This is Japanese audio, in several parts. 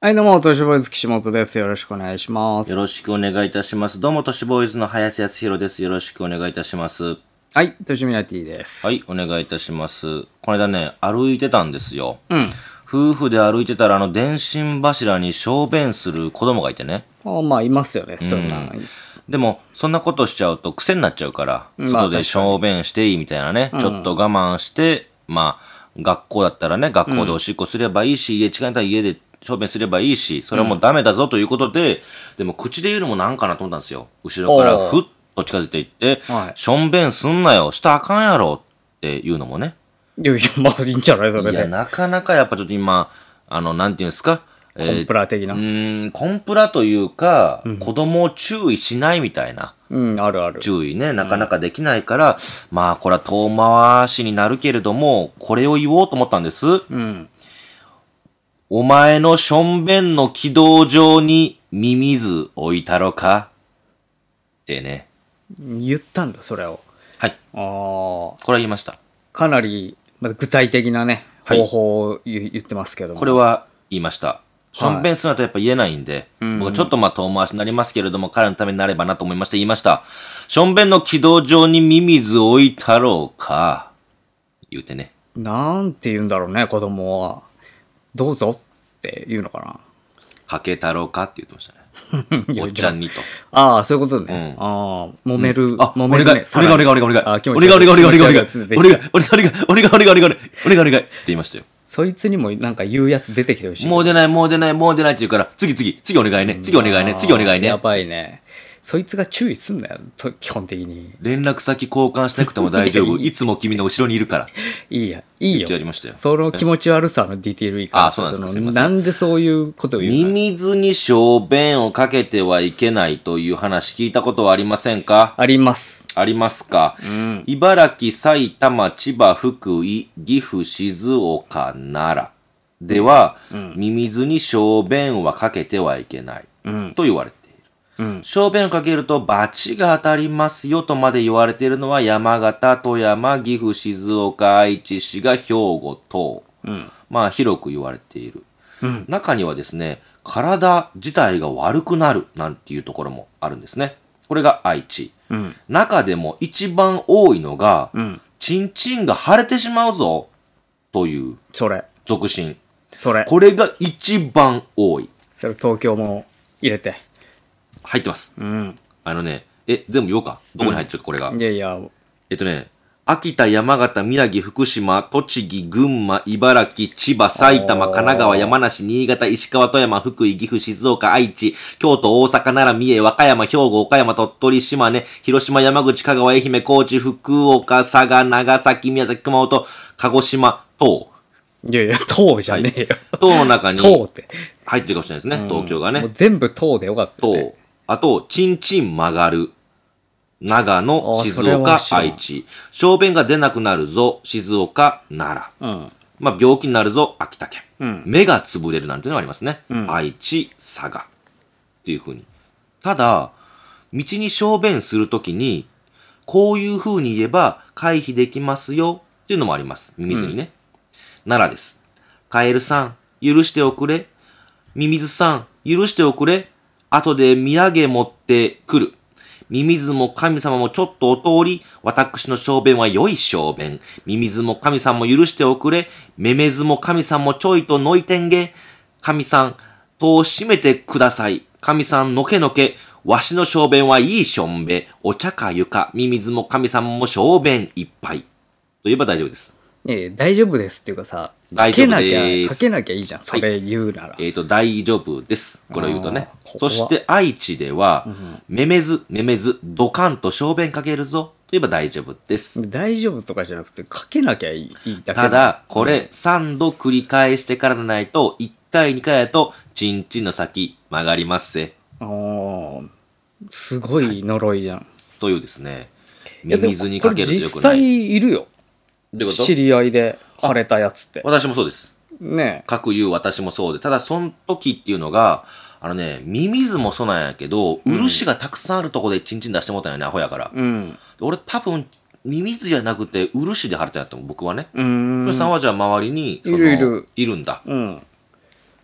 はい、どうも、都市ボーイズ岸本です。よろしくお願いします。 よろしくお願いいたします。どうも、都市ボーイズの林康弘です。よろしくお願いいたします。 はい、都市ミナティです。 はい、お願いいたします。この間ね、歩いてたんですよ。 うん。 夫婦で歩いてたら、電信柱に小便する子供がいてね。 まあ、いますよね、そんな。 でも、そんなことしちゃうと癖になっちゃうから、 まあ外で小便していいみたいなね、ちょっと我慢して、まあ、学校だったらね、学校でおしっこすればいいし、家近いったら家で小便すればいいし、それはもうダメだぞということで、でも口で言うのもなんかなと思ったんですよ。後ろからふっと近づいていって、 はいしょんべんすんなよ、したらあかんやろっていうのもね。 いやいや、まあ、いいんじゃないそれいや、 で。 なかなかやっぱちょっと今、なんていうんですか、 コンプラ的な。 コンプラというか、子供を注意しないみたいな。 うん、あるある。 注意ね、なかなかできないから、まあ、これは遠回しになるけれども、これを言おうと思ったんです。 うん。 お前のしょんべんの軌道上にミミズ置いたろかってね。 言ったんだ、それを。 はい。 あこれは言いました。 かなり、まあ具体的なね、 はい方法を言ってますけども。 これは言いました。しょんべんするのとやっぱ言えないんで、僕はちょっとまあ遠回しになりますけれども、彼のためになればなと思いまして言いました。しょんべんの軌道上にミミズ置いたろうか言うてね。 なんて言うんだろうね、子供は。どうぞって言うのかかけたろうかって言ってましたね。 な。いやおっちゃんにと。 ああ、そういうことね。 うんああ、揉める。 あ、 揉める、ね。 お願い、お願い、お願い、お願い。 あ、気持お願い、 ち悪い。 お願い、お願い、お願い。お願い、 気持ち悪お願い、お願い、お願い、お願い、お願い、お願い、お願い、お願いって言いましたよ。 そいつにもなんか言うやつ出てきてほしい。 もう出ない、もう出ない、もう出ないって言うから、次お願いね、次お願いね、次お願いね。 やばいね。そいつが注意すんなよ、基本的に。 連絡先交換しなくても大丈夫。いつも君の後ろにいるから。 いいや、いいよ言ってやりましたよ。 その気持ち悪さのディテールいいから。 あそうなんですかすいませんなんでそういうことを言うミのミズに小便をかけてはいけないという話聞いたことはありませんか？ あります。 ありますか？ うん。 茨城、埼玉、千葉、福井、岐阜、静岡、奈良では、ミミズに小便はかけてはいけない、と言われている。小便をかけると罰が当たりますよとまで言われているのは山形、富山、岐阜、静岡、愛知、滋賀、兵庫等。まあ広く言われている。中にはですね、体自体が悪くなるなんていうところもあるんですね。これが愛知。中でも一番多いのが、チンチンが腫れてしまうぞというそれ。 俗信。 それ。 これが一番多い。 それ東京も入れて。 入ってます。 うん。 全部言おうか。どこに入ってるか、これが。 いやいや、 秋田、山形、宮城、福島、栃木、群馬、茨城、千葉、埼玉、神奈川、山梨、新潟、石川、富山、福井、岐阜、静岡、愛知、京都、大阪、奈良、三重、和歌山、兵庫、岡山、鳥取、島根、広島、山口、香川、愛媛、高知、福岡、佐賀、長崎、宮崎、熊本、鹿児島、等。 いやいや、党じゃねえよ。 等の中に党って。 入ってるかもしれないですね、東京がね。 もう全部党でよかったよね。 等。あと、チンチン曲がる。長野、静それは岡、 知らん愛知。小便が出なくなるぞ、静岡、奈良。まあ、病気になるぞ、秋田県。目が潰れるなんていうのがありますね。愛知、佐賀。っていう風に。ただ、道に小便するときに、こういう風に言えば回避できますよっていうのもあります。ミミズにね。奈良です。カエルさん、許しておくれ。ミミズさん、許しておくれ。後で土産持ってくる。ミミズも神様もちょっとお通り、私の小便は良い小便。ミミズも神さんも許しておくれ。メメズも神さんもちょいとのいてんげ。神さん、戸を閉めてください。神さんのけのけ。わしの小便はいいしょんべ。お茶かゆか。ミミズも神さんも小便いっぱい。と言えば大丈夫です。 大丈夫ですっていうかさ、 大丈夫ですかけなきゃいいじゃん。それ言うなら。 大丈夫です。これを言うとね。そして愛知では、めめず、ドカンと小便かけるぞ。と言えば大丈夫です。 大丈夫とかじゃなくて、かけなきゃいいだけただ、これ3度繰り返してからでないと、1回2回だと、チンチンの先曲がりますせ。 すごい呪いじゃん。 というですね、ミミズにかけるとよくない。 実際いるよ。 どういうこと？ 知り合いで腫れたやつって。 私もそうです。 ねえ。 各言う私もそうで。ただ、その時っていうのが、ミミズもそうなんやけど、漆がたくさんあるとこでチンチン出してもうたんよね、アホやから。俺多分、ミミズじゃなくて、漆で腫れたんやと思う、僕はね。それさんはじゃあ周りに、 いるいるんだ。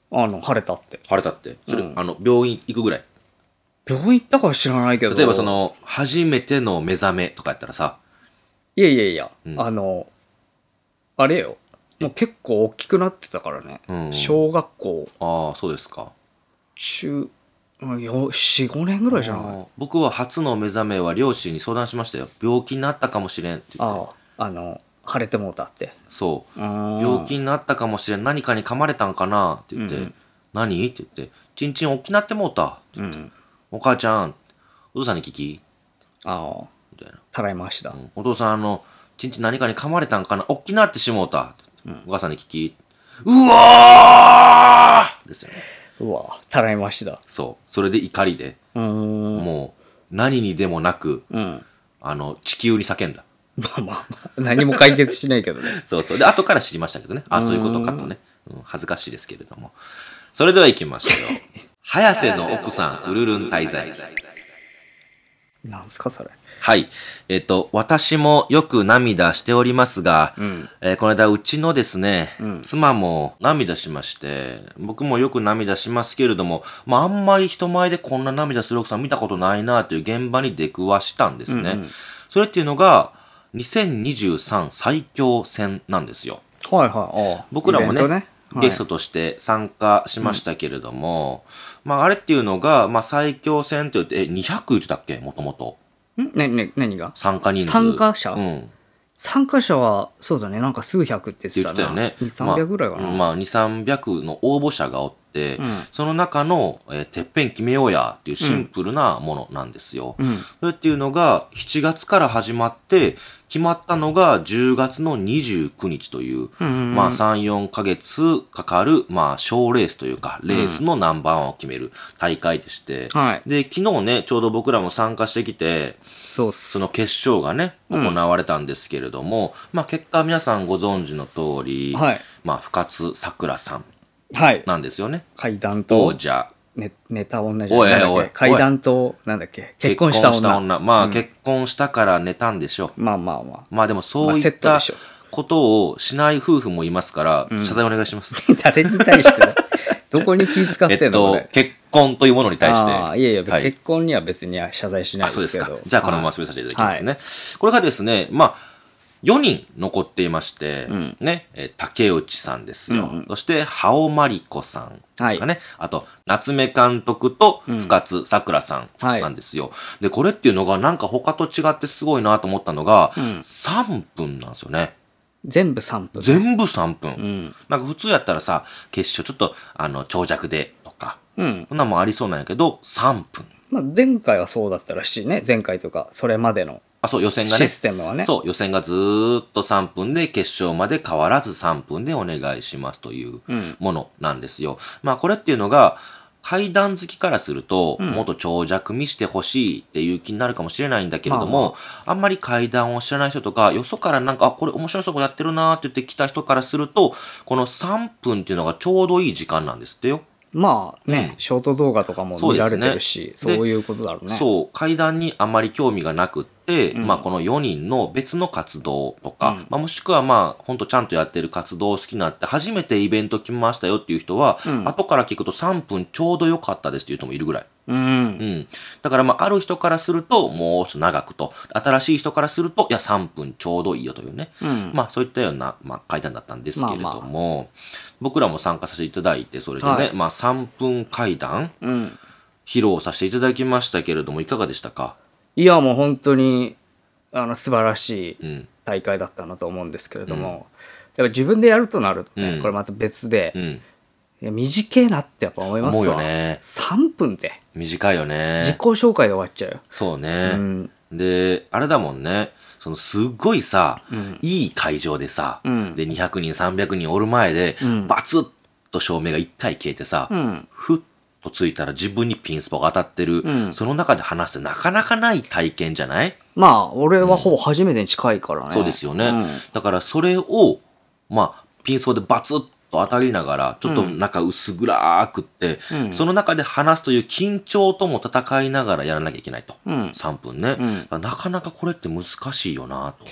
腫れたって。 腫れたって。それ、病院行くぐらい。 病院行ったかは知らないけど。 例えば初めての目覚めとかやったらさ。 いや、あれよ。もう結構大きくなってたからね。小学校。 ああ、そうですか。 4、5年ぐらいじゃない？ 僕は初の目覚めは両親に相談しましたよ。病気になったかもしれんって言って。 腫れてもうたって。 そう。病気になったかもしれん。何かに噛まれたんかなって言って。何って言って。ちんちん大きなってもうたって言って。お母ちゃん、お父さんに聞きみたいな。たらいました。 お父さん、ちんちん何かに噛まれたんかな大きなってしもうた。お母さんに聞き。うわーですよね。 うわたらいました。 そう。それで怒りで。もう、何にでもなく、地球に叫んだ。 まあ、何も解決しないけどね。 そう。で、後から知りましたけどね。そういうことかとね。恥ずかしいですけれども。それでは行きましょう。早瀬の奥さん、ウルルン滞在。 なんすかそれ。 はい。私もよく涙しておりますが、この間うちのですね、妻も涙しまして、僕もよく涙しますけれども、あんまり人前でこんな涙する奥さん見たことないなという現場に出くわしたんですね。それっていうのが、2023最強戦なんですよ。僕らもね、ゲストとして参加しましたけれども、あれっていうのが、最強戦って言って、200言ってたっけもともと。 何が参加人数。 参加者参加者は、そうだね、なんか数百って言ってたよね。 2、300ぐらいかな。 2、300の応募者がおって、その中の、てっぺん決めようやっていうシンプルなものなんですよ。それっていうのが、7月から始まって、決まったのが10月の29日という、3、4ヶ月かかる、小レースというか、レースのナンバーワンを決める大会でして、で、昨日ね、ちょうど僕らも参加してきて、その決勝がね、行われたんですけれども、結果皆さんご存知の通り、深津さくらさんなんですよね。 階段と王者。 ネタ女じゃない。階段と、なんだっけ、結婚した女。 結婚したから寝たんでしょう。でもそういったことをしない夫婦もいますから、謝罪お願いします。 誰に対してどこに気遣ってんの結婚というものに対して。 いや、結婚には別に謝罪しないですけど。 そうですか。じゃあこのまま進めさせていただきますね。これがですね、4人残っていまして、ね、竹内さんですよ。そして、羽尾真理子さんですかね。あと、夏目監督と深津さくらさんなんですよ。で、これっていうのがなんか他と違ってすごいなと思ったのが、3分なんですよね。 全部3分。 全部3分。なんか普通やったらさ、決勝ちょっと、長尺でとか、そんなもんありそうなんやけど、3分。 前回はそうだったらしいね。前回とか、それまでの。 そう、予選がね。 システムはね。 そう、予選がずーっと3分で、決勝まで変わらず3分でお願いしますというものなんですよ。これっていうのが、階段好きからすると、もっと長尺見してほしいっていう気になるかもしれないんだけれども、あんまり階段を知らない人とか、よそからなんか、これ面白いとこやってるなーって言ってきた人からすると、この3分っていうのがちょうどいい時間なんですってよ。ショート動画とかも見られてるし、そういうことだろうね。 そう、階段にあまり興味がなくって、この4人の別の活動とか、もしくはほんとちゃんとやってる活動を好きになって、初めてイベント来ましたよっていう人は、後から聞くと3分ちょうど良かったですっていう人もいるぐらい。だからある人からすると、もうちょっと長くと、新しい人からすると、いや、3分ちょうどいいよというね。そういったような、階段だったんですけれども、僕らも参加させていただいて、それでね、3分階段、披露させていただきましたけれども、いかがでしたか？ いや、もう本当に、素晴らしい大会だったなと思うんですけれども、やっぱ自分でやるとなるとね、これまた別で、いや短いなってやっぱ思いますわ。 思うよね。 3分って。 短いよね。 自己紹介で終わっちゃうよ。 そうね。で、あれだもんね。すっごいさ、いい会場でさ、で、200人、300人おる前で、バツッと照明が一回消えてさ、ふっとついたら自分にピンスポが当たってる、その中で話すなかなかない体験じゃない？ 俺はほぼ初めてに近いからね。 そうですよね。だからそれを、ピンスポでバツッと当たりながら、ちょっと中薄暗くって、その中で話すという緊張とも戦いながらやらなきゃいけないと。3分ね、なかなかこれって難しいよなと。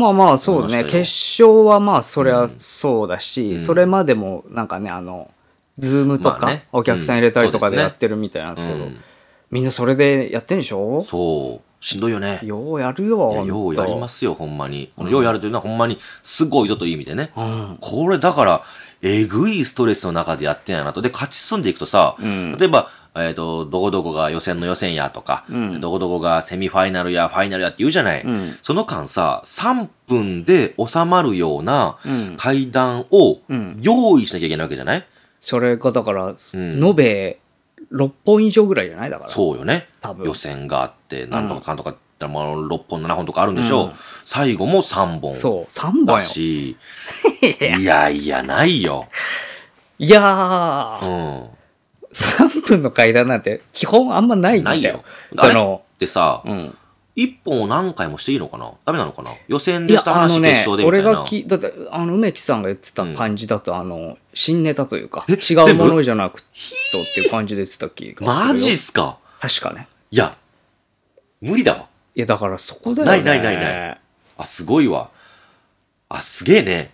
そうね。決勝はそりゃそうだし、それまでもなんかね、 ズームとか、お客さん入れたりとかでやってるみたいなんですけど、みんなそれでやってるんでしょ？ そう。しんどいよね。 ようやるよ。 ようやりますよ、ほんまに。このようやるというのはほんまにすごいぞという意味でね。これだから、えぐいストレスの中でやってんやなと。で、勝ち進んでいくとさ、例えば、どこどこが予選の予選やとか、どこどこがセミファイナルやファイナルやって言うじゃない。その間さ、3分で収まるような階段を用意しなきゃいけないわけじゃない？ それがだから、延べ6本以上ぐらいじゃない？だから。 そうよね。 多分。 予選があって、なんとかかんとかって言ったら、もう6本、7本とかあるんでしょう。最後も3本。 そう、3本だし、いやいや、ないよ。 いやー。3分の階段なんて基本あんまないんだよ。ないよ。 あれってさ、1本を何回もしていいのかな？ダメなのかな？予選でした話、決勝でみたいな。 だって、梅木さんが言ってた感じだと、新ネタというか、違うものじゃなくとっていう感じで言ってた気がするよ。 マジっすか？ 確かね。 いや、無理だわ。 いや、だからそこだよね。 ない。あ、すごいわ。あ、すげえね。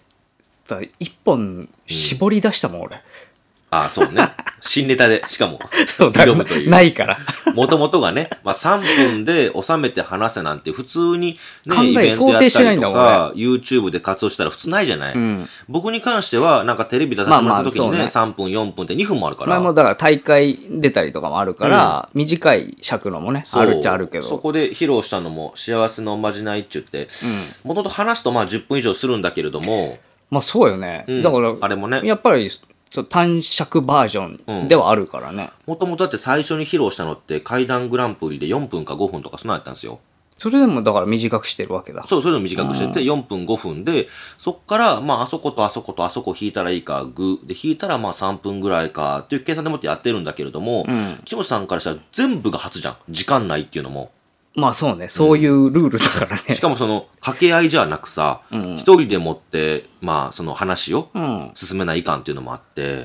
1本絞り出したもん、俺。 ああ、そうね。新ネタで、しかも、 そうだ、挑むという。ないから。 もともとがね、まあ3分で収めて話せなんて普通にね、 イベントやったりとか、 YouTube で活動したら普通ないじゃない。僕に関しては、なんかテレビ出させてもらった時にね、3分、4分って2分もあるから。 まあもうだから大会出たりとかもあるから、短い尺のもね、あるっちゃあるけど。 そこで披露したのも、幸せのおまじないっちゅって、もともと話すとまあ10分以上するんだけれども。 まあそうよね。だから、 あれもね。 やっぱり、短尺バージョンではあるからね。 もともとだって最初に披露したのって怪談グランプリで4分か5分とかそんなやったんですよ。 それでもだから短くしてるわけだ。 そう、それでも短くしてて4分5分で、そっからまああそことあそことあそこ引いたらいいか、グで引いたらまあ3分ぐらいかっていう計算でもってやってるんだけれども、岸本さんからしたら全部が初じゃん。時間ないっていうのも。 まあそうね、そういうルールだからね。 しかもその掛け合いじゃなくさ、一人でもってまあその話を進めないかんっていうのもあって、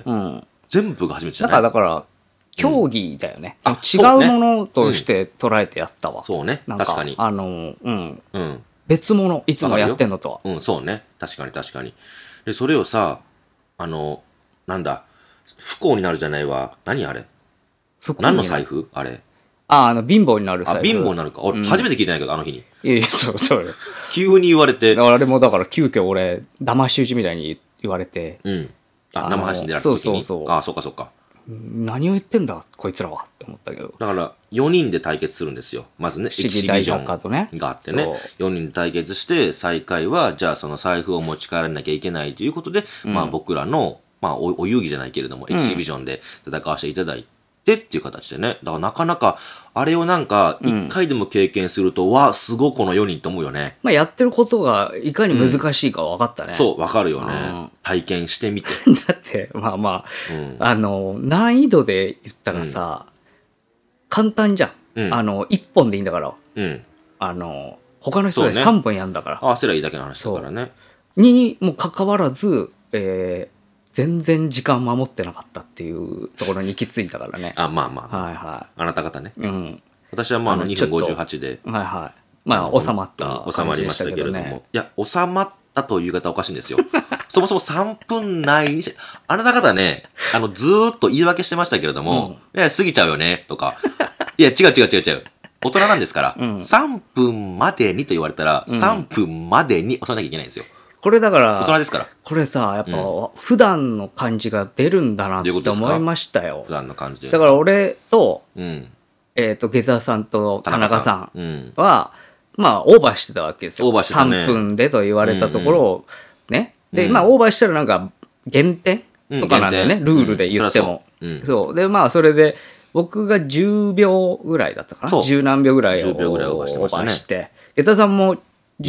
全部が初めてじゃない？ だから、競技だよね。違うものとして捉えてやったわ。 そうね。確かに。 別物、いつもやってんのとは。そうね。確かに。で、それをさ、なんだ、不幸になるじゃないわ。何あれ？何の財布？あれ。 貧乏になる財布。 貧乏になるか。俺、初めて聞いてないけど、あの日に。 いや、そうよ。 急に言われて。 あれもだから、急遽俺、騙し討ちみたいに言われて。 生配信でやった時に。そう。そっか。 何を言ってんだ、こいつらはって思ったけど。 だから、4人で対決するんですよ。まずね、エキシビジョンがあってね。4人で対決して、最下位は、じゃあその財布を持ち帰らなきゃいけないということで、まあ僕らの、まあお遊戯じゃないけれども、エキシビジョンで戦わせていただいてっていう形でね。だからなかなか、あれをなんか、1回でも経験すると、わ、すごいこの4人と思うよね。 まあやってることがいかに難しいか分かったね。 そう、分かるよね。体験してみて。 だって、まあ、難易度で言ったらさ、簡単じゃん。1本でいいんだから。他の人で3本やんだから。 合わせりゃいいだけの話だからね。 にもかかわらず、全然時間守ってなかったっていうところに行き着いたからね。 まあ。 はいはい。 あなた方ね。私はまあ2分58で。 はいはい。まあ収まった収まりましたけれども。いや、収まったという言い方おかしいんですよ。そもそも3分内にあなた方ね、ずーっと言い訳してましたけれども、いや、過ぎちゃうよね、とか。いや、違う。大人なんですから、3分までにと言われたら、3分までに収めなきゃいけないんですよ。 これだから、 大人ですから。 これさ、やっぱ、普段の感じが出るんだなって思いましたよ。 普段の感じで。 だから俺と、下駄さんと田中さんは、まあ、オーバーしてたわけですよ。 オーバーしてたね。 3分でと言われたところを、ね。で、まあ、オーバーしたらなんか、減点とかなんだよね。ルールで言っても。そう。で、まあ、それで、僕が10秒ぐらいだったかな。10何秒ぐらいをオーバーして、下駄さんも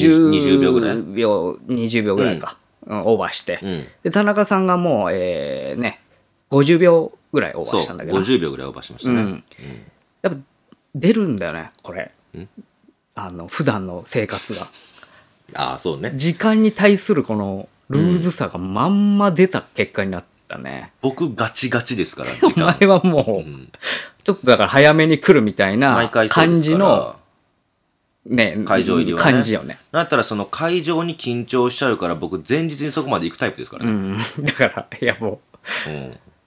20秒ぐらい20秒ぐらいか。オーバーして。で、田中さんがもう、50秒ぐらいオーバーしたんだけど。 50秒ぐらいオーバーしましたね。 やっぱ、出るんだよね、これ。普段の生活が。 そうね。 時間に対するこの、ルーズさがまんま出た結果になったね。 僕ガチガチですから、 時間。お前はもう、ちょっとだから早めに来るみたいな感じの、ね、 会場入りはね。 感じよね。 だったらその会場に緊張しちゃうから僕前日にそこまで行くタイプですからね。 だから、いやもう、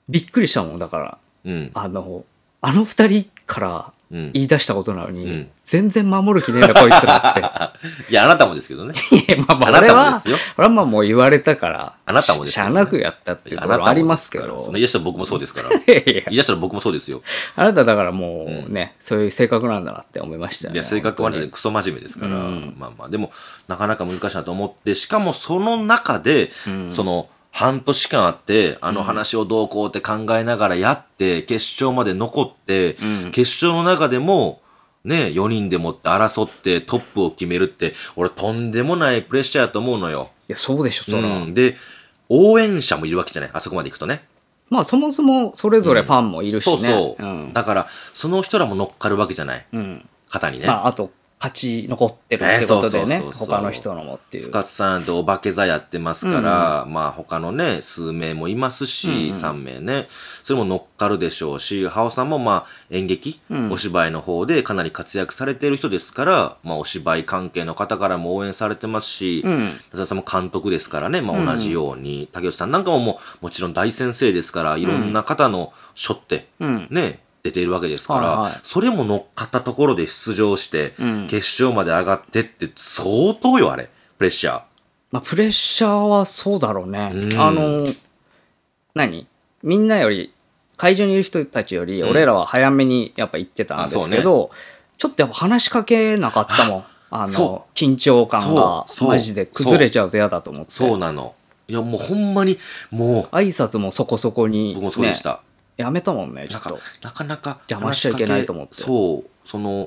びっくりしたもん、だから。 うん。 あの二人から言い出したことなのに、 うん、 全然守る気ねえんだ、こいつらって。 いや、あなたもですけどね。 いや、まあまあ、俺はまあもう言われたから、 あなたもですよ、 ね。しゃあなくやったっていうところありますけど。 言い出したら僕もそうですから。言い出したら僕もそうですよ。 あなただからもうね、そういう性格なんだなって思いましたよね。 いや、性格はね、クソ真面目ですから、まあまあ、でも、なかなか難しいなと思って、しかもその中で、その、半年間あって、あの話をどうこうって考えながらやって、決勝まで残って、決勝の中でも、ね、4人でもって争ってトップを決めるって、俺とんでもないプレッシャーやと思うのよ。 いや、そうでしょ、そら。 で、応援者もいるわけじゃない、あそこまで行くとね。 まあ、そもそもそれぞれファンもいるしね。 そうそう。だから、その人らも乗っかるわけじゃない。肩にね。 まあ、あと、勝ち残ってるってことでね、他の人のもっていう。 深津さんとお化け座やってますから、まあ他のね、数名もいますし、3名ね、それも乗っかるでしょうし、ハオさんもまあ演劇、お芝居の方でかなり活躍されている人ですから、まあお芝居関係の方からも応援されてますし、田沢さんも監督ですからね、まあ同じように、竹内さんなんかももちろん大先生ですから、いろんな方の書って、ね、出ているわけですから、それも乗っかったところで出場して、決勝まで上がってって相当よ、あれ。プレッシャー。 まあ、プレッシャーはそうだろうね。みんなより、会場にいる人たちより、俺らは早めにやっぱ行ってたんですけど、ちょっとやっぱ話しかけなかったもん。緊張感がマジで崩れちゃうと嫌だと思って。 そうなの。いや、もうほんまに、もう。挨拶もそこそこに、 僕もそうでした。 やめたもんね、ちょっと。 なかなか邪魔しちゃいけないと思って。 そう、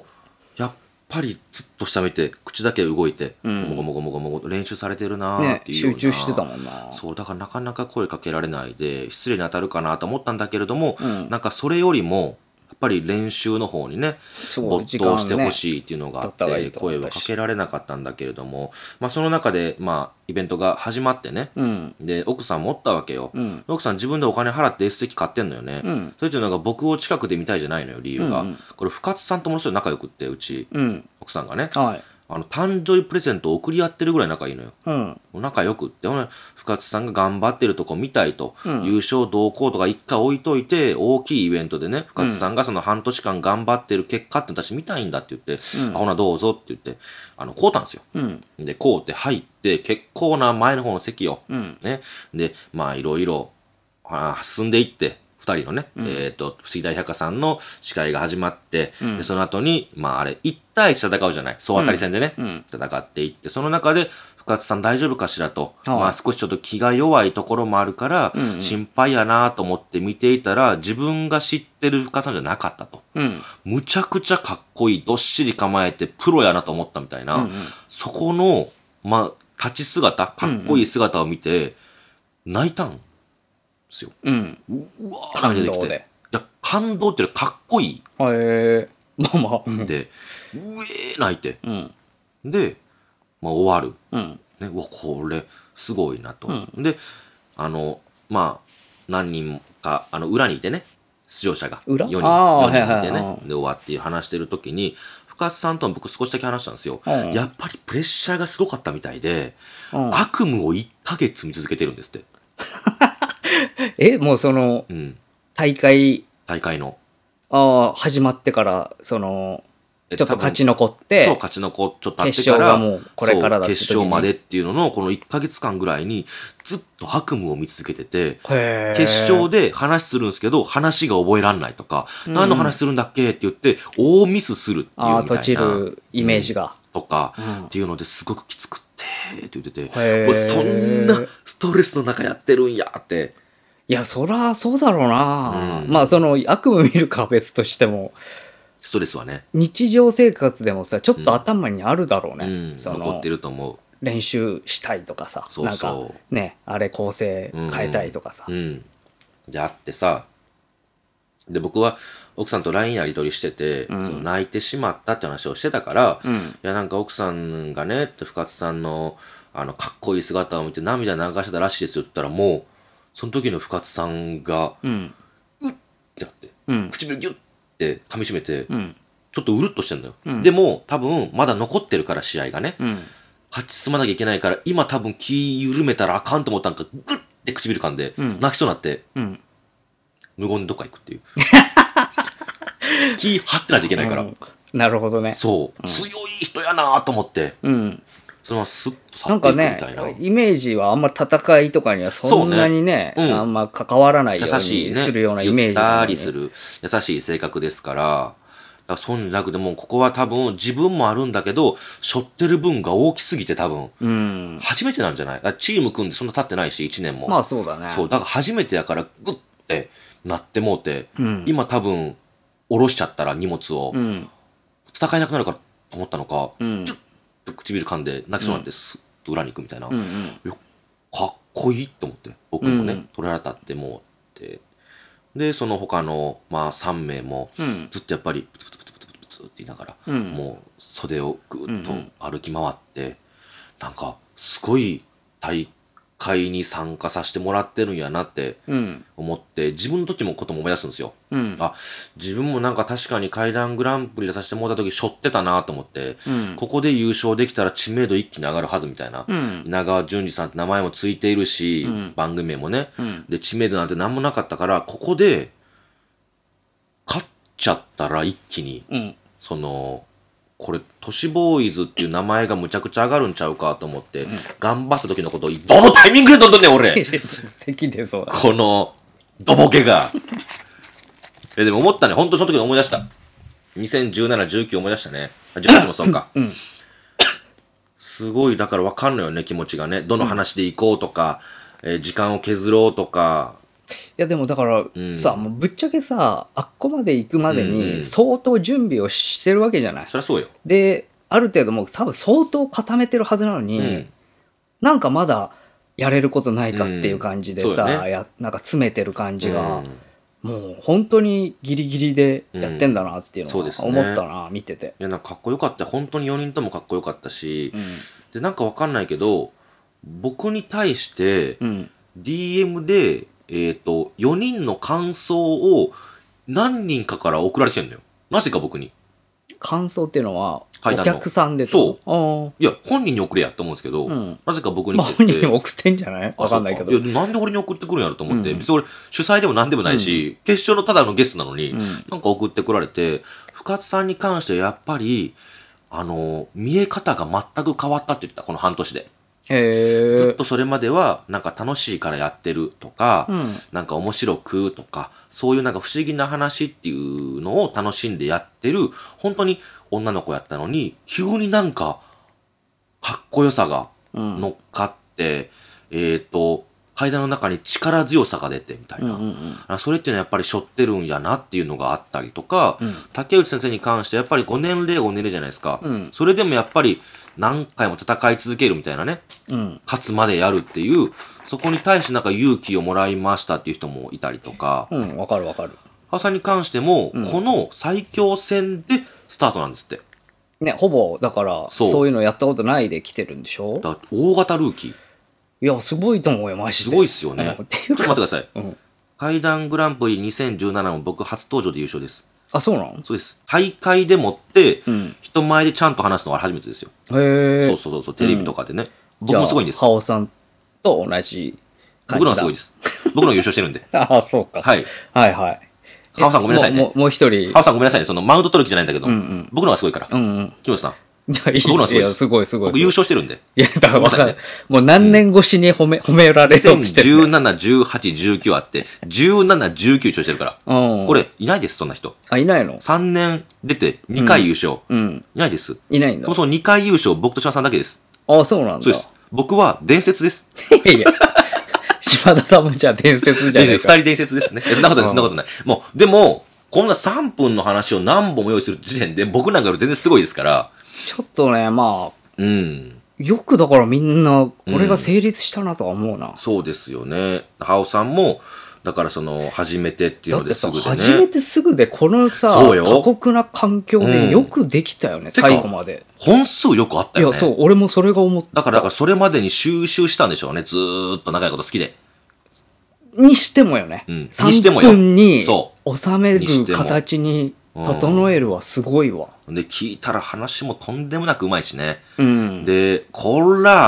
やっぱりずっと下見て、口だけ動いて、もごもごもごもご練習されてるなーっていうような、 集中してたもんな。 そう、だからなかなか声かけられないで、失礼に当たるかなと思ったんだけれども、なんかそれよりも、やっぱり練習の方にね、没頭してほしいっていうのがあって、声はかけられなかったんだけれども、まあその中で、まあイベントが始まってね、で、奥さんもおったわけよ。奥さん自分でお金払って S 席買ってんのよね。それっていうのが僕を近くで見たいじゃないのよ、理由が。これ深津さんとものすごい仲良くって、うち、奥さんがね。誕生日プレゼントを送り合ってるぐらい仲いいのよ。仲良くって、深津さんが頑張ってるとこ見たいと、優勝同行とか一回置いといて、大きいイベントでね、深津さんがその半年間頑張ってる結果って私見たいんだって言って、ほなどうぞって言って、こうたんですよ。で、こうって入って、結構な前の方の席よ。ね。で、まあいろいろ、進んでいって、二人のね、不思議大百科さんの司会が始まって、でその後に、まああれ、1対1戦うじゃない。総当たり戦でね、戦っていって、その中で、深津さん大丈夫かしらと、まあ少しちょっと気が弱いところもあるから、心配やなと思って見ていたら、自分が知ってる深津さんじゃなかったと。むちゃくちゃかっこいい、どっしり構えて、プロやなと思ったみたいな、そこの、まあ、立ち姿、かっこいい姿を見て、泣いたん。ですよ。うわー感動で。 いや、感動っていうのはかっこいい。 まあまあ。 で、泣いて。で、まあ終わる。ね、うわ、これ、すごいなと。で、まあ、何人か、裏にいてね、出場者が。4人いてね。で、終わって話してる時に、深津さんとも僕少しだけ話したんですよ。やっぱりプレッシャーがすごかったみたいで、悪夢を1ヶ月見続けてるんですって。 もうその、大会の。 始まってから、ちょっと勝ち残って、 そう、勝ち残っちょっと経ってから、 もうこれからだって決勝までっていうのの、この1ヶ月間ぐらいに、ずっと悪夢を見続けてて、決勝で話するんですけど、話が覚えらんないとか、何の話するんだっけって言って、大ミスするっていうみたいな。 とちるイメージが。 とか、っていうのですごくきつくって言ってて、そんなストレスの中やってるんやって。 いや、そらそうだろうな、まあその悪夢見るかは別としてもストレスはね日常生活でもさちょっと頭にあるだろうね、 残ってると思う。 練習したいとかさ、なんかねあれ構成変えたいとかさ、 であってさ、で僕は奥さんと LINE やり取りしてて、その泣いてしまったって話をしてたから、いやなんか奥さんがねって深津さんのかっこいい姿を見て涙流してたらしいですよって言ったら、もうその時の深津さんが、うってなって、唇ギュッて噛み締めて、ちょっとうるっとしてんのよ。でも、多分、まだ残ってるから試合がね、勝ち進まなきゃいけないから、今多分気緩めたらあかんと思ったんか、グッて唇噛んで、泣きそうになって、 無言でどっか行くっていう。気張ってないといけないから。 なるほどね。 そう。強い人やなと思って。そのままスッと去っていくみたいな。 イメージはあんま戦いとかにはそんなにね、あんま関わらないようにするようなイメージ、 ゆったりする優しい性格ですから、そんなくでもここは多分自分もあるんだけど、背負ってる分が大きすぎて多分、初めてなんじゃない？チーム組んでそんな経ってないし、1年も。 まあそうだね。 そう、だから初めてやからグッてなってもうて、今多分、下ろしちゃったら荷物を、戦えなくなるかと思ったのか、ピュッと唇噛んで泣きそうになってスッと裏に行くみたいな。かっこいいと思って、僕もね、鳥肌立ってもうって。で、その他の、まあ3名も、ずっとやっぱり、プツプツプツプツプツって言いながら、もう袖をぐっと歩き回って、なんか、すごい大会に参加させてもらってるんやなって思って、自分の時もことも思い出すんですよ。あ、自分もなんか確かに怪談グランプリ出させてもらった時背負ってたなと思って、ここで優勝できたら知名度一気に上がるはずみたいな。稲川淳二さんって名前もついているし、番組名もね、で、知名度なんて何もなかったから、ここで、勝っちゃったら一気に、その、これ、都市ボーイズっていう名前がむちゃくちゃ上がるんちゃうかと思って、頑張った時のことを、どのタイミングでどんどんね、俺この、ドボケが。でも思ったね、本当その時に思い出した。2017、19思い出したね。18もそうか。すごい、だから分かんないよね、気持ちがね。どの話で行こうとか、時間を削ろうとか。 いやでもだからさ、もうぶっちゃけさ、あっこまで行くまでに相当準備をしてるわけじゃない。 そりゃそうよ。 で、ある程度もう多分相当固めてるはずなのに、なんかまだやれることないかっていう感じでさ、なんか詰めてる感じが、もう本当にギリギリでやってんだなっていうのは思ったな、見てて。 いや、なんかかっこよかった。本当に4人ともかっこよかったし、で、なんかわかんないけど、僕に対して、DM で、4人の感想を何人かから送られてきてんのよ。なぜか僕に。 感想っていうのは、お客さんでそう。いや、本人に送れやと思うんですけど、なぜか僕に送って。本人に送ってんじゃないわかんないけど。 いや、なんで俺に送ってくるんやろと思って、別に俺主催でも何でもないし、決勝のただのゲストなのに、なんか送ってこられて、深津さんに関してやっぱり、見え方が全く変わったって言った、この半年で。ずっとそれまではなんか楽しいからやってるとか、なんか面白くとか、そういうなんか不思議な話っていうのを楽しんでやってる本当に女の子やったのに、急になんかかっこよさが乗っかって、階段の中に力強さが出てみたいな、それっていうのはやっぱり背負ってるんやなっていうのがあったりとか、竹内先生に関してやっぱり5年齢5年齢じゃないですか、それでもやっぱり何回も戦い続けるみたいなね、勝つまでやるっていう、そこに対してなんか勇気をもらいましたっていう人もいたりとか、 わかるわかる。 母さんに関しても、この最強戦でスタートなんですって。 ね、ほぼだからそういうのやったことないで来てるんでしょ。 だ大型ルーキー。 いや、すごいと思うよ、マジで。 すごいっすよね。ちょっと待ってください。怪談グランプリ2017も僕初登場で優勝です。 あ、そうなの？ そうです。大会でもって、人前でちゃんと話すのは初めてですよ。 へえ。そう、テレビとかでね。僕もすごいんです。 ハオさんと同じ感じだ。 僕のはすごいです。僕の優勝してるんで。 あ、そうか。 はい。 はいはい。 ハオさんごめんなさいね。 もう一人。 ハオさんごめんなさいね。そのマウント取る気じゃないんだけど、僕のはすごいから。木本さん。僕のはすごいです。 すごいすごい。 僕優勝してるんで。 いや、だから分かる。もう何年越しに褒められようとしてる。 17、18、19あって、17、19優勝してるから。これ、いないです、そんな人。 あ、いないの ?3 年出て2回優勝。いないです。 いないんだ。 そもそも2回優勝、僕と島さんだけです。 あ、そうなんだ。 そうです。僕は伝説です。 いやいや。島田さんもじゃあ伝説じゃないですか。 2人伝説ですね。そんなことない、そんなことない。もう、でも、こんな3分の話を何本も用意する時点で、僕なんかより全然すごいですから。 ちょっとね、まあ、よくだからみんな、これが成立したなとは思うな。 そうですよね。ハオさんも、だからその、初めてっていうのですぐでね。 初めてすぐで、このさ、過酷な環境でよくできたよね、最後まで。 本数よくあったよね。 いや、そう、俺もそれが思った。 だからそれまでに収集したんでしょうね、ずーっと長いこと好きで。 にしてもよね。3分に収める形に整えるはすごいわ。 で、聞いたら話もとんでもなくうまいしね。で、こら、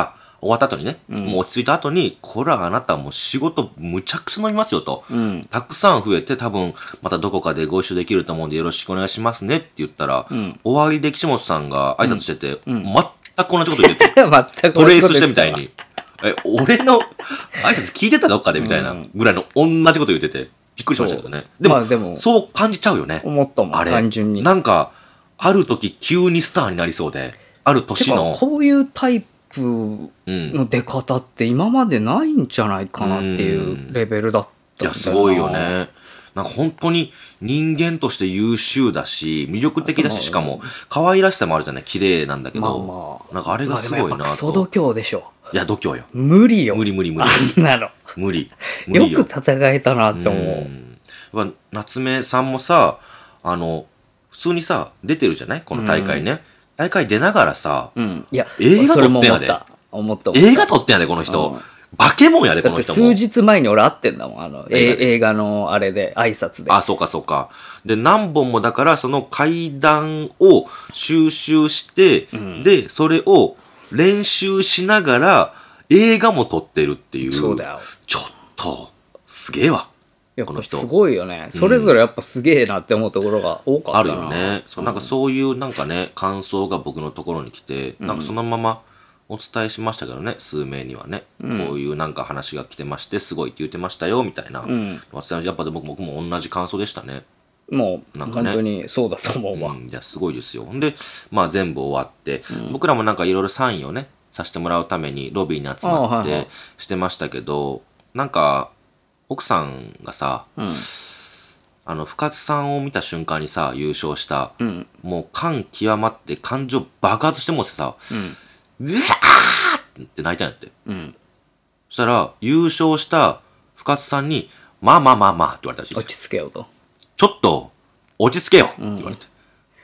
終わった後にね、もう落ち着いた後に、これはあなたもう仕事むちゃくちゃ伸びますよと。たくさん増えて多分、またどこかでご一緒できると思うんでよろしくお願いしますねって言ったら、終わりで岸本さんが挨拶してて、全く同じこと言ってて。 全くトレースしてみたいに。俺の挨拶聞いてたどっかでみたいなぐらいの同じこと言ってて、びっくりしましたけどね。でも、そう感じちゃうよね。 思ったもん、単純に。 なんか、ある時急にスターになりそうで、ある年の。 こういうタイプの出方って今までないんじゃないかなっていうレベルだったんだよな。 いや、すごいよね。なんか本当に人間として優秀だし、魅力的だし、しかも可愛らしさもあるじゃない、綺麗なんだけど、なんかあれがすごいなと。 クソ度胸でしょ。 いや、度胸よ。 無理よ。 無理。 あんなの。 無理よく戦えたなって思う。 夏目さんもさ、普通にさ、出てるじゃないこの大会ね。大会出ながらさ、 いや、 映画撮ってんやで。 思った。 映画撮ってんやで、この人。化け物やで、この人も。 だって数日前に俺会ってんだもん。映画のあれで、挨拶で。 あ、そうか。で、何本もだから、その階段を収集して、で、それを練習しながら、映画も撮ってるっていう。 そうだよ。 ちょっと、すげえわ。 この人。すごいよね。それぞれやっぱすげえなって思うところが多かったな。 あるよね。なんかそういうなんかね、感想が僕のところに来て、なんかそのままお伝えしましたけどね、数名にはね。こういうなんか話が来てまして、すごいって言ってましたよ、みたいな。やっぱ僕も同じ感想でしたね。 もう、なんかね、本当にそうだと思うわ。 いや、すごいですよ。で、まあ全部終わって、僕らもなんかいろいろサインをね、させてもらうためにロビーに集まってしてましたけど、なんか、奥さんがさ、深津さんを見た瞬間にさ、優勝した、もう感極まって感情爆発してもってさ、うわーって泣いたんやって。そしたら、優勝した深津さんに、まあって言われたらしいです。 落ち着けよと。 ちょっと、落ち着けよって言われて。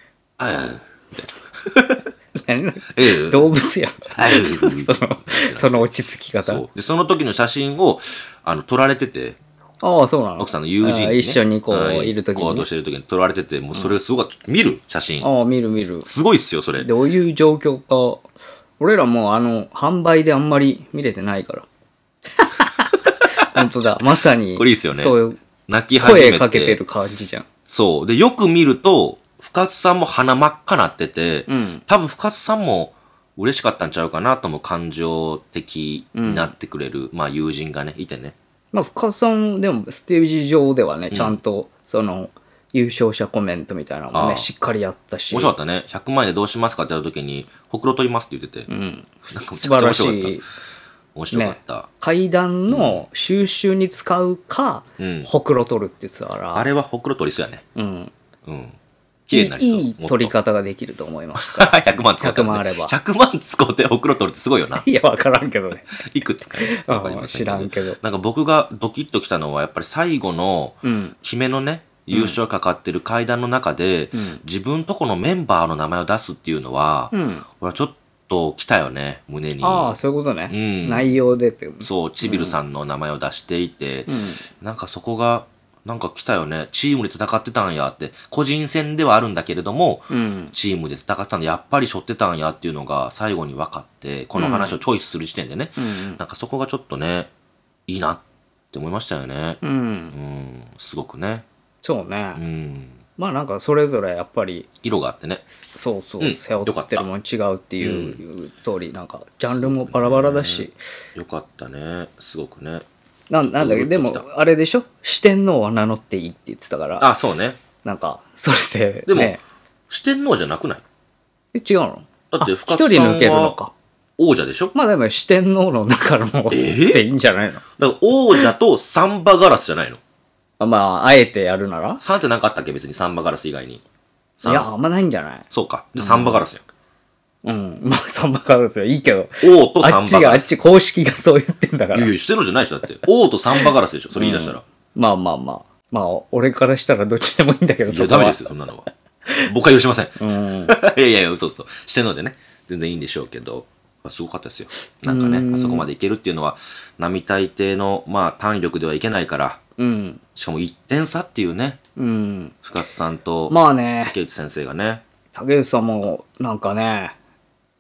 みたいな。 動物や。その落ち着き方。 そう。で、その時の写真を、撮られてて、 ああ、そうなの。 奥さんの友人に、ね、 一緒にこう、いる時に、 行動してる時に撮られてて、もうそれすごい、見る写真。 ああ、見る。 すごいっすよ、それ。 どういう状況か。俺らも販売であんまり見れてないから。本当だ。まさに。 これいいっすよね。 そういう。 泣き始めて。 声かけてる感じじゃん。 そう。で、よく見ると、深津さんも鼻真っ赤なってて、多分深津さんも嬉しかったんちゃうかなとも感情的になってくれる、まあ友人がね、いてね。 まあ深津さんでもステージ上ではね、ちゃんと優勝者コメントみたいなのもね、しっかりやったし。 面白かったね。100万円でどうしますかって言った時に、ほくろ取りますって言ってて。 素晴らしい。 面白かった。 階段の収集に使うか、ほくろ取るって言ってたから。 あれはほくろ取りそうやね。 綺麗になりそう。いい取り方ができると思いますから。 100万使って 100万あれば。 100万使ってほくろ取るってすごいよな。 いや、わからんけどね。 いくつかわかりません知らんけど。 なんか僕がドキッときたのは、やっぱり最後の、決めのね、優勝かかってる階段の中で、自分とこのメンバーの名前を出すっていうのは、俺はちょっと来たよね、胸に。 ああ、そういうことね。内容でって。 そう、ちびるさんの名前を出していて、なんかそこが、なんか来たよね。チームで戦ってたんやって。個人戦ではあるんだけれども、チームで戦ってたんで、やっぱり背負ってたんやっていうのが最後に分かって、この話をチョイスする時点でね、なんかそこがちょっとね、いいなって思いましたよね。すごくね。 そうね。まあなんかそれぞれやっぱり。 色があってね。 そう、背負ってるもん違うっていう通り、なんかジャンルもバラバラだし。 よかったね。すごくね。 なんだけど、でも、あれでしょ四天王は名乗っていいって言ってたから。 あ、そうね。 なんか、それで、 でも、四天王じゃなくない？ 違うの？ だって、深津さんは王者でしょ？ まあでも四天王の中のっていいんじゃないの？ だから王者とサンバガラスじゃないの？ まあ、あえてやるなら 3って何かあったっけ別にサンバガラス以外に。 いや、あんまないんじゃない？ そうか。で、サンバガラスやん。 まあ、サンバガラスはいいけど。 王とサンバガラス。 あっち公式がそう言ってんだから。 いや、してるんじゃないでしょ、だって。王とサンバガラスでしょ、それ言い出したら。 まあ。まあ、俺からしたらどっちでもいいんだけど、 いや、ダメですよ、そんなのは。僕は許しません。いや、嘘。してるのでね、全然いいんでしょうけど、すごかったですよ。なんかね、あそこまでいけるっていうのは、並大抵の、まあ、単力ではいけないから、しかも1点差っていうね、深津さんと、 まあね、 竹内先生がね。 竹内さんも、なんかね、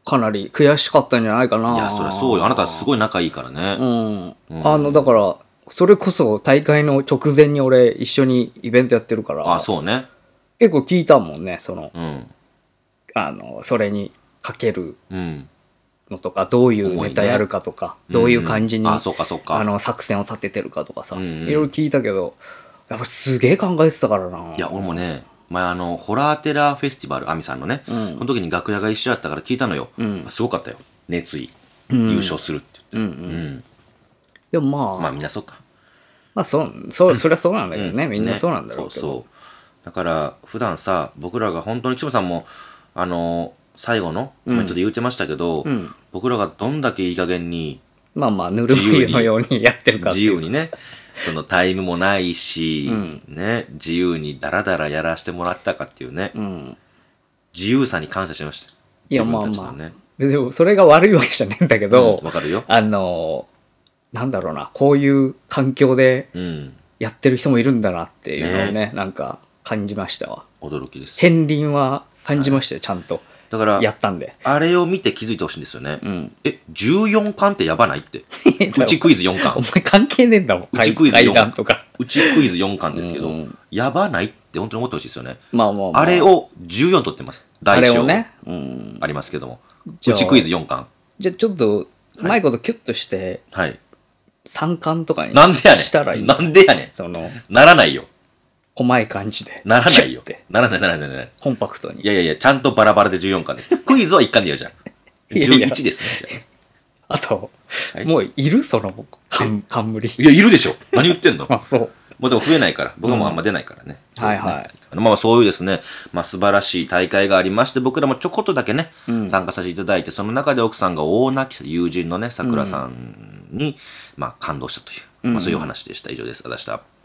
かなり悔しかったんじゃないかな。 いや、そりゃそうよ。あなたすごい仲いいからね。 だから、それこそ大会の直前に俺一緒にイベントやってるから。 あ、そうね。 結構聞いたもんね、それにかけるのとか、どういうネタやるかとか、どういう感じに、作戦を立ててるかとかさ、いろいろ聞いたけど、やっぱすげえ考えてたからな。 いや、俺もね、前ホラーテラーフェスティバル、アミさんのね、その時に楽屋が一緒やったから聞いたのよ。すごかったよ。熱意。優勝するって言って。 でもまあみんなそうか。 まあそりゃそうなんだけどね。みんなそうなんだろうけど。そう。 だから普段さ、僕らが本当に岸本さんも、最後のコメントで言ってましたけど、僕らがどんだけいい加減に、 まあまあ、ぬるま湯のようにやってるか自由にね、そのタイムもないし、ね、自由にダラダラやらせてもらってたかっていうね、自由さに感謝しました。 いや、まあまあ。でも、それが悪いわけじゃねえんだけど、 わかるよ。 なんだろうな、こういう環境でやってる人もいるんだなっていうのをね、なんか感じましたわ。 驚きです。 片鱗は感じましたよ、ちゃんと。 だから、 やったんで。 あれを見て気づいてほしいんですよね。14巻ってやばないって。うちクイズ4巻。 お前関係ねえんだもん、 うちクイズ4巻とか。 うちクイズ4巻ですけど、やばないって本当に思ってほしいですよね。 まあまあまあ。あれを14取ってます。 大賞ね。 ありますけども。うちクイズ4巻。 じゃあちょっと、うまいことキュッとして、 はい。 3巻とかにしたらいい。なんでやねん。ならないよ。 細い感じで。 ならないよ。ならない。 コンパクトに。 いや、ちゃんとバラバラで14巻です。クイズは1巻でやるじゃん。11ですね。 あと、もういるその冠。 いや、いるでしょ。何言ってんのあ、そう。 もうでも増えないから。僕はもうあんま出ないからね。 はいはい。 まあそういうですね、まあ素晴らしい大会がありまして、僕らもちょこっとだけね、参加させていただいて、その中で奥さんが大泣きした友人のね、桜さんに、まあ感動したという、まあそういうお話でした。以上です。ありがとうございました。